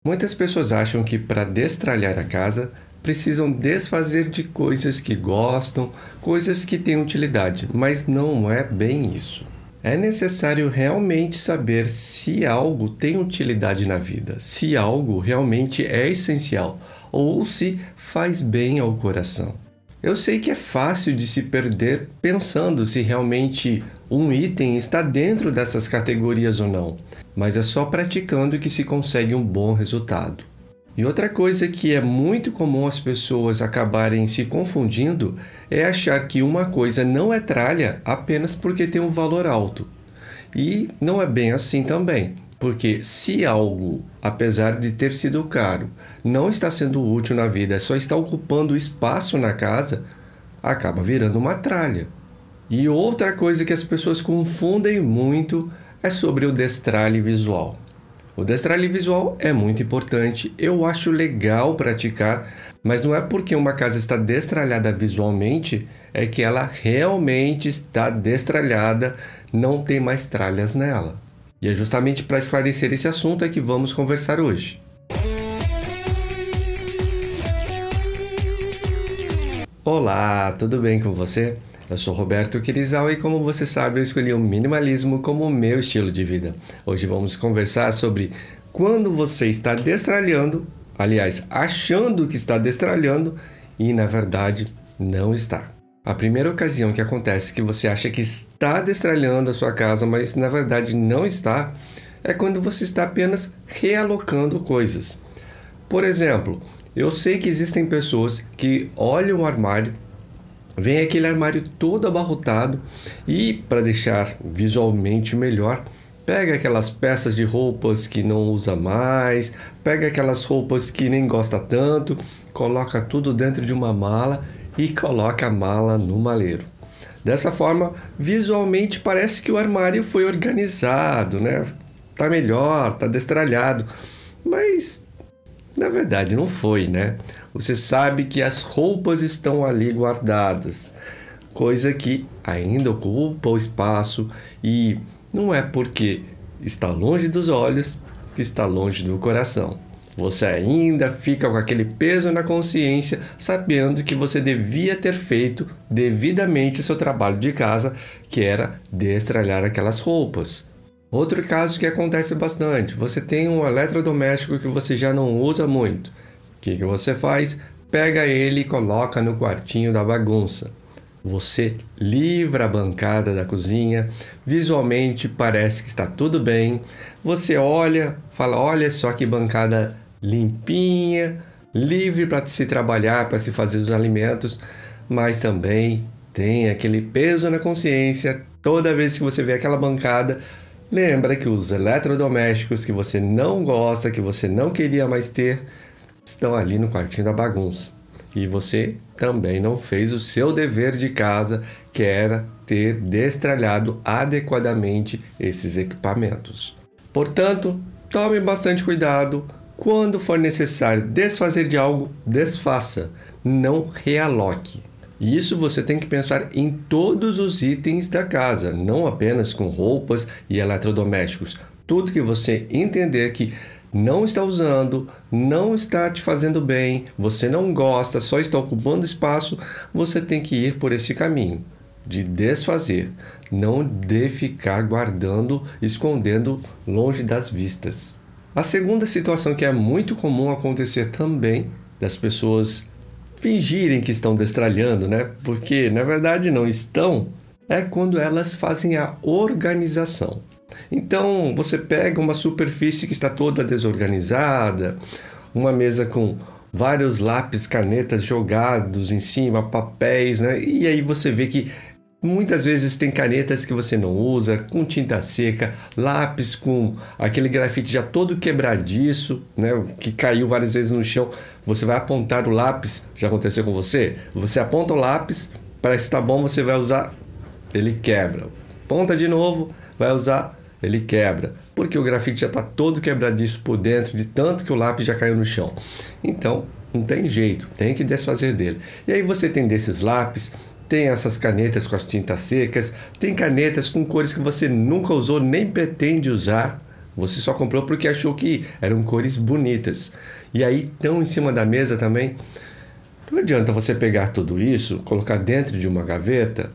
Muitas pessoas acham que para destralhar a casa precisam desfazer de coisas que gostam, coisas que têm utilidade, mas não é bem isso. É necessário realmente saber se algo tem utilidade na vida, se algo realmente é essencial ou se faz bem ao coração. Eu sei que é fácil de se perder pensando se realmente um item está dentro dessas categorias ou não, mas é só praticando que se consegue um bom resultado. E outra coisa que é muito comum as pessoas acabarem se confundindo é achar que uma coisa não é tralha apenas porque tem um valor alto. E não é bem assim também, porque se algo, apesar de ter sido caro, não está sendo útil na vida, só está ocupando espaço na casa, acaba virando uma tralha. E outra coisa que as pessoas confundem muito é sobre o destralhe visual. O destralhe visual é muito importante, eu acho legal praticar, mas não é porque uma casa está destralhada visualmente é que ela realmente está destralhada, não tem mais tralhas nela. E é justamente para esclarecer esse assunto é que vamos conversar hoje. Olá, tudo bem com você? Eu sou Roberto Quirizal e como você sabe, eu escolhi o minimalismo como meu estilo de vida. Hoje vamos conversar sobre quando você está destralhando, aliás, achando que está destralhando e na verdade não está. A primeira ocasião que acontece que você acha que está destralhando a sua casa, mas na verdade não está, é quando você está apenas realocando coisas. Por exemplo, eu sei que existem pessoas que olham o armário, vem aquele armário todo abarrotado e, para deixar visualmente melhor, pega aquelas peças de roupas que não usa mais, pega aquelas roupas que nem gosta tanto, coloca tudo dentro de uma mala e coloca a mala no maleiro. Dessa forma, visualmente parece que o armário foi organizado, né? Tá melhor, tá destralhado, mas na verdade não foi, né? Você sabe que as roupas estão ali guardadas, coisa que ainda ocupa o espaço e não é porque está longe dos olhos que está longe do coração. Você ainda fica com aquele peso na consciência, sabendo que você devia ter feito devidamente o seu trabalho de casa, que era destralhar aquelas roupas. Outro caso que acontece bastante, você tem um eletrodoméstico que você já não usa muito. O que você faz? Pega ele e coloca no quartinho da bagunça. Você livra a bancada da cozinha, visualmente parece que está tudo bem. Você olha, fala, olha só que bancada limpinha, livre para se trabalhar, para se fazer os alimentos, mas também tem aquele peso na consciência. Toda vez que você vê aquela bancada, lembra que os eletrodomésticos que você não gosta, que você não queria mais ter, estão ali no quartinho da bagunça. E você também não fez o seu dever de casa, que era ter destralhado adequadamente esses equipamentos. Portanto, tome bastante cuidado. Quando for necessário desfazer de algo, desfaça, não realoque. E isso você tem que pensar em todos os itens da casa, não apenas com roupas e eletrodomésticos. Tudo que você entender que não está usando, não está te fazendo bem, você não gosta, só está ocupando espaço, você tem que ir por esse caminho de desfazer, não de ficar guardando, escondendo longe das vistas. A segunda situação que é muito comum acontecer também, das pessoas fingirem que estão destralhando, né? Porque na verdade não estão, é quando elas fazem a organização. Então você pega uma superfície que está toda desorganizada, uma mesa com vários lápis, canetas jogados em cima, papéis, né? E aí você vê que muitas vezes tem canetas que você não usa, com tinta seca, lápis com aquele grafite já todo quebradiço, né, que caiu várias vezes no chão. Você vai apontar o lápis, já aconteceu com você? Você aponta o lápis, parece que está bom, você vai usar, ele quebra. Aponta de novo, vai usar, ele quebra. Porque o grafite já está todo quebradiço por dentro, de tanto que o lápis já caiu no chão. Então, não tem jeito, tem que desfazer dele. E aí você tem desses lápis, tem essas canetas com as tintas secas, tem canetas com cores que você nunca usou, nem pretende usar, Você só comprou porque achou que eram cores bonitas. E aí estão em cima da mesa também. Não adianta você pegar tudo isso, colocar dentro de uma gaveta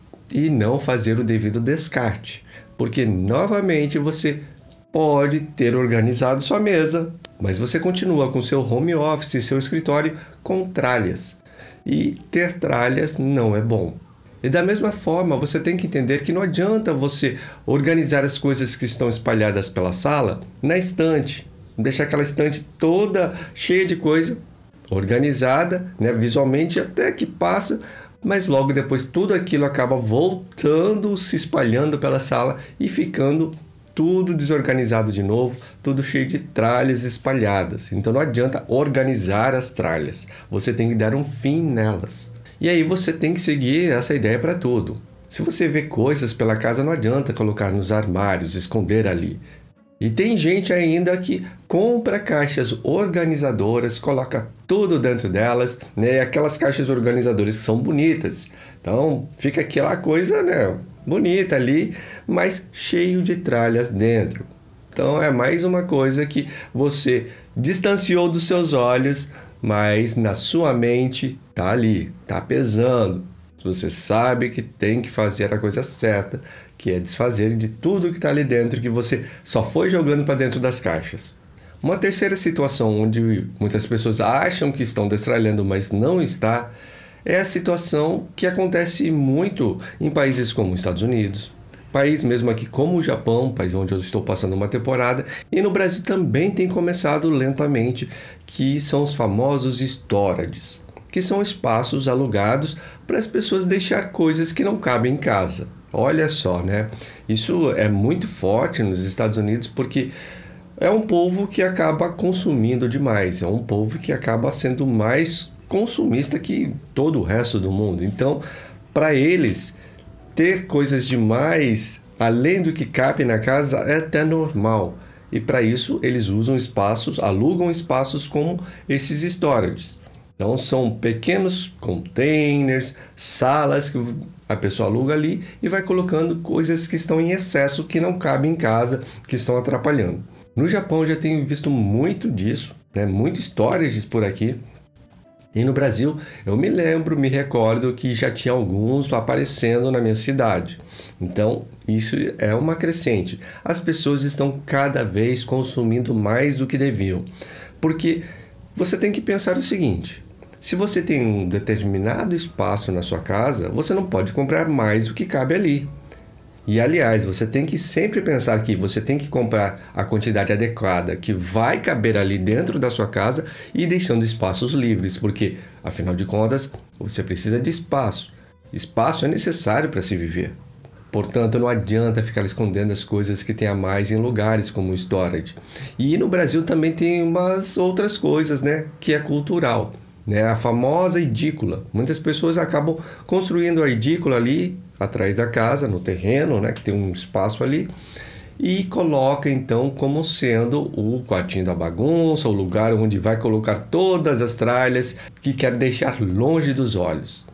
e não fazer o devido descarte. Porque novamente você pode ter organizado sua mesa, mas você continua com seu home office, seu escritório com tralhas. E ter tralhas não é bom. E da mesma forma, você tem que entender que não adianta você organizar as coisas que estão espalhadas pela sala na estante. Deixar aquela estante toda cheia de coisa, organizada, né, visualmente até que passa, mas logo depois tudo aquilo acaba voltando, se espalhando pela sala e ficando tudo desorganizado de novo, tudo cheio de tralhas espalhadas. Então não adianta organizar as tralhas, você tem que dar um fim nelas. E aí você tem que seguir essa ideia para tudo. Se você vê coisas pela casa, não adianta colocar nos armários, esconder ali. E tem gente ainda que compra caixas organizadoras, coloca tudo dentro delas, né? Aquelas caixas organizadoras que são bonitas. Então fica aquela coisa, né, bonita ali, mas cheio de tralhas dentro. Então é mais uma coisa que você distanciou dos seus olhos, mas na sua mente tá ali, tá pesando. Você sabe que tem que fazer a coisa certa, que é desfazer de tudo que está ali dentro, que você só foi jogando para dentro das caixas. Uma terceira situação onde muitas pessoas acham que estão destralhando, mas não está, é a situação que acontece muito em países como os Estados Unidos, país mesmo aqui como o Japão, país onde eu estou passando uma temporada, e no Brasil também tem começado lentamente, que são os famosos storages, que são espaços alugados para as pessoas deixar coisas que não cabem em casa. Olha só, né? Isso é muito forte nos Estados Unidos porque é um povo que acaba consumindo demais, é um povo que acaba sendo mais consumista que todo o resto do mundo. Então, para eles, ter coisas demais, além do que cabe na casa, é até normal. E para isso, eles usam espaços, alugam espaços como esses storages. Então, são pequenos containers, salas que a pessoa aluga ali e vai colocando coisas que estão em excesso, que não cabem em casa, que estão atrapalhando. No Japão, eu já tenho visto muito disso, né? Muito storages por aqui. E no Brasil, eu me recordo que já tinha alguns aparecendo na minha cidade. Então, isso é uma crescente. As pessoas estão cada vez consumindo mais do que deviam. Porque você tem que pensar o seguinte: se você tem um determinado espaço na sua casa, você não pode comprar mais do que cabe ali. E, aliás, você tem que sempre pensar que você tem que comprar a quantidade adequada que vai caber ali dentro da sua casa e deixando espaços livres, porque, afinal de contas, você precisa de espaço. Espaço é necessário para se viver. Portanto, não adianta ficar escondendo as coisas que tem a mais em lugares como o storage. E no Brasil também tem umas outras coisas, né, que é cultural, né? A famosa edícula. Muitas pessoas acabam construindo a edícula ali atrás da casa, no terreno, né, que tem um espaço ali, e coloca então como sendo o quartinho da bagunça, o lugar onde vai colocar todas as tralhas que quer deixar longe dos olhos.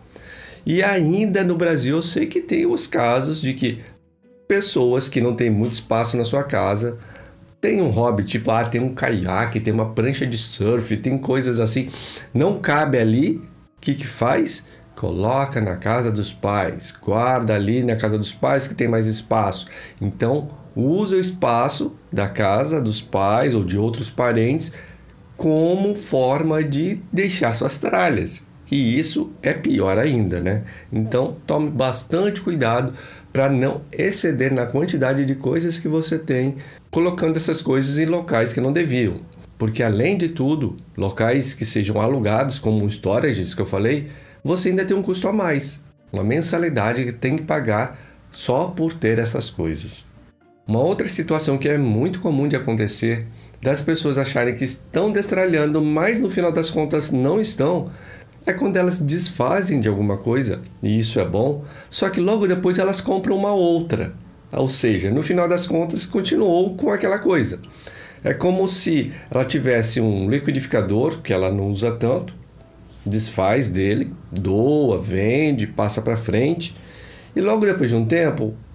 E ainda no Brasil eu sei que tem os casos de que pessoas que não têm muito espaço na sua casa tem um hobby, tipo, tem um caiaque, tem uma prancha de surf, tem coisas assim, não cabe ali, o que faz? Coloca na casa dos pais, guarda ali na casa dos pais que tem mais espaço. Então, usa o espaço da casa dos pais ou de outros parentes como forma de deixar suas tralhas. E isso é pior ainda, né? Então, tome bastante cuidado para não exceder na quantidade de coisas que você tem, colocando essas coisas em locais que não deviam. Porque, além de tudo, locais que sejam alugados, como storages que eu falei, você ainda tem um custo a mais, uma mensalidade que tem que pagar só por ter essas coisas. Uma outra situação que é muito comum de acontecer, das pessoas acharem que estão destralhando, mas no final das contas não estão, é quando elas desfazem de alguma coisa, e isso é bom, só que logo depois elas compram uma outra. Ou seja, no final das contas continuou com aquela coisa. É como se ela tivesse um liquidificador, que ela não usa tanto, desfaz dele, doa, vende, passa para frente, e logo depois de um tempo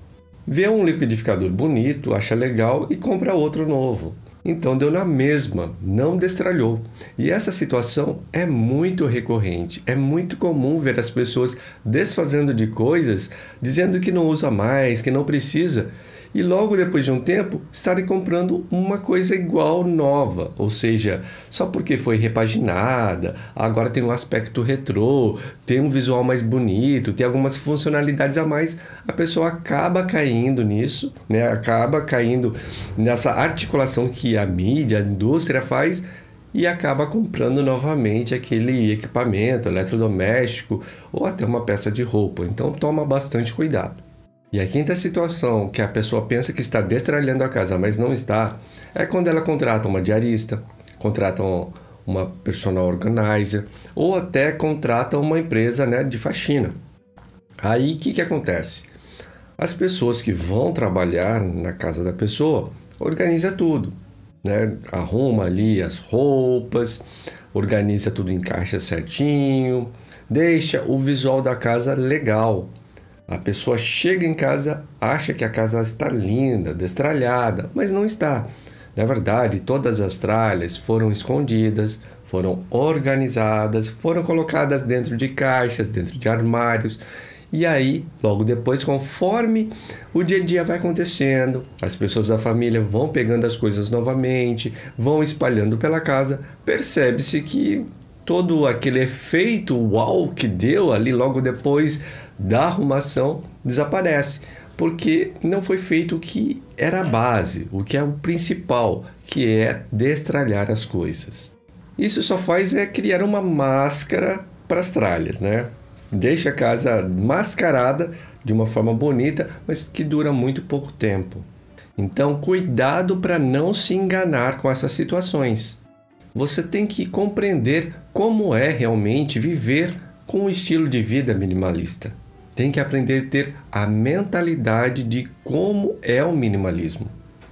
Vê um liquidificador bonito, acha legal e compra outro novo. Então deu na mesma, não destralhou. E essa situação é muito recorrente. É muito comum ver as pessoas desfazendo de coisas, dizendo que não usa mais, que não precisa, e logo depois de um tempo estarem comprando uma coisa igual nova, ou seja, só porque foi repaginada, agora tem um aspecto retrô, tem um visual mais bonito, tem algumas funcionalidades a mais, a pessoa acaba caindo nisso, né? Acaba caindo nessa articulação que a mídia, a indústria faz e acaba comprando novamente aquele equipamento eletrodoméstico ou até uma peça de roupa. Então toma bastante cuidado. E a quinta situação que a pessoa pensa que está destralhando a casa, mas não está, é quando ela contrata uma diarista, contrata uma personal organizer ou até contrata uma empresa, né, de faxina. Aí o que acontece? As pessoas que vão trabalhar na casa da pessoa organiza tudo, né? Arruma ali as roupas, organiza tudo em caixa certinho, deixa o visual da casa legal. A pessoa chega em casa, acha que a casa está linda, destralhada, mas não está. Na verdade, todas as tralhas foram escondidas, foram organizadas, foram colocadas dentro de caixas, dentro de armários. E aí, logo depois, conforme o dia a dia vai acontecendo, as pessoas da família vão pegando as coisas novamente, vão espalhando pela casa, percebe-se que todo aquele efeito uau que deu ali logo depois da arrumação desaparece, porque não foi feito o que era a base, o que é o principal, que é destralhar as coisas. Isso só faz criar uma máscara para as tralhas, né? Deixa a casa mascarada de uma forma bonita, mas que dura muito pouco tempo. Então, cuidado para não se enganar com essas situações. Você tem que compreender como é realmente viver com um estilo de vida minimalista. Tem que aprender a ter a mentalidade de como é o minimalismo.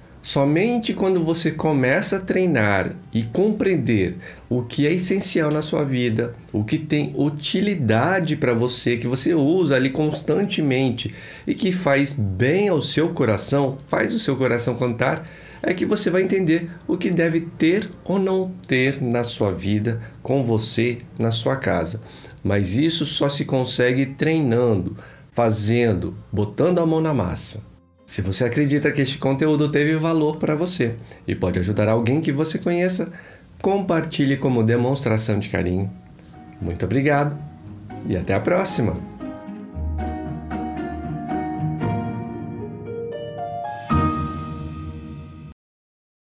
Somente quando você começa a treinar e compreender o que é essencial na sua vida, o que tem utilidade para você, que você usa ali constantemente e que faz bem ao seu coração, faz o seu coração cantar, é que você vai entender o que deve ter ou não ter na sua vida, com você, na sua casa. Mas isso só se consegue treinando, fazendo, botando a mão na massa. Se você acredita que este conteúdo teve valor para você e pode ajudar alguém que você conheça, compartilhe como demonstração de carinho. Muito obrigado e até a próxima!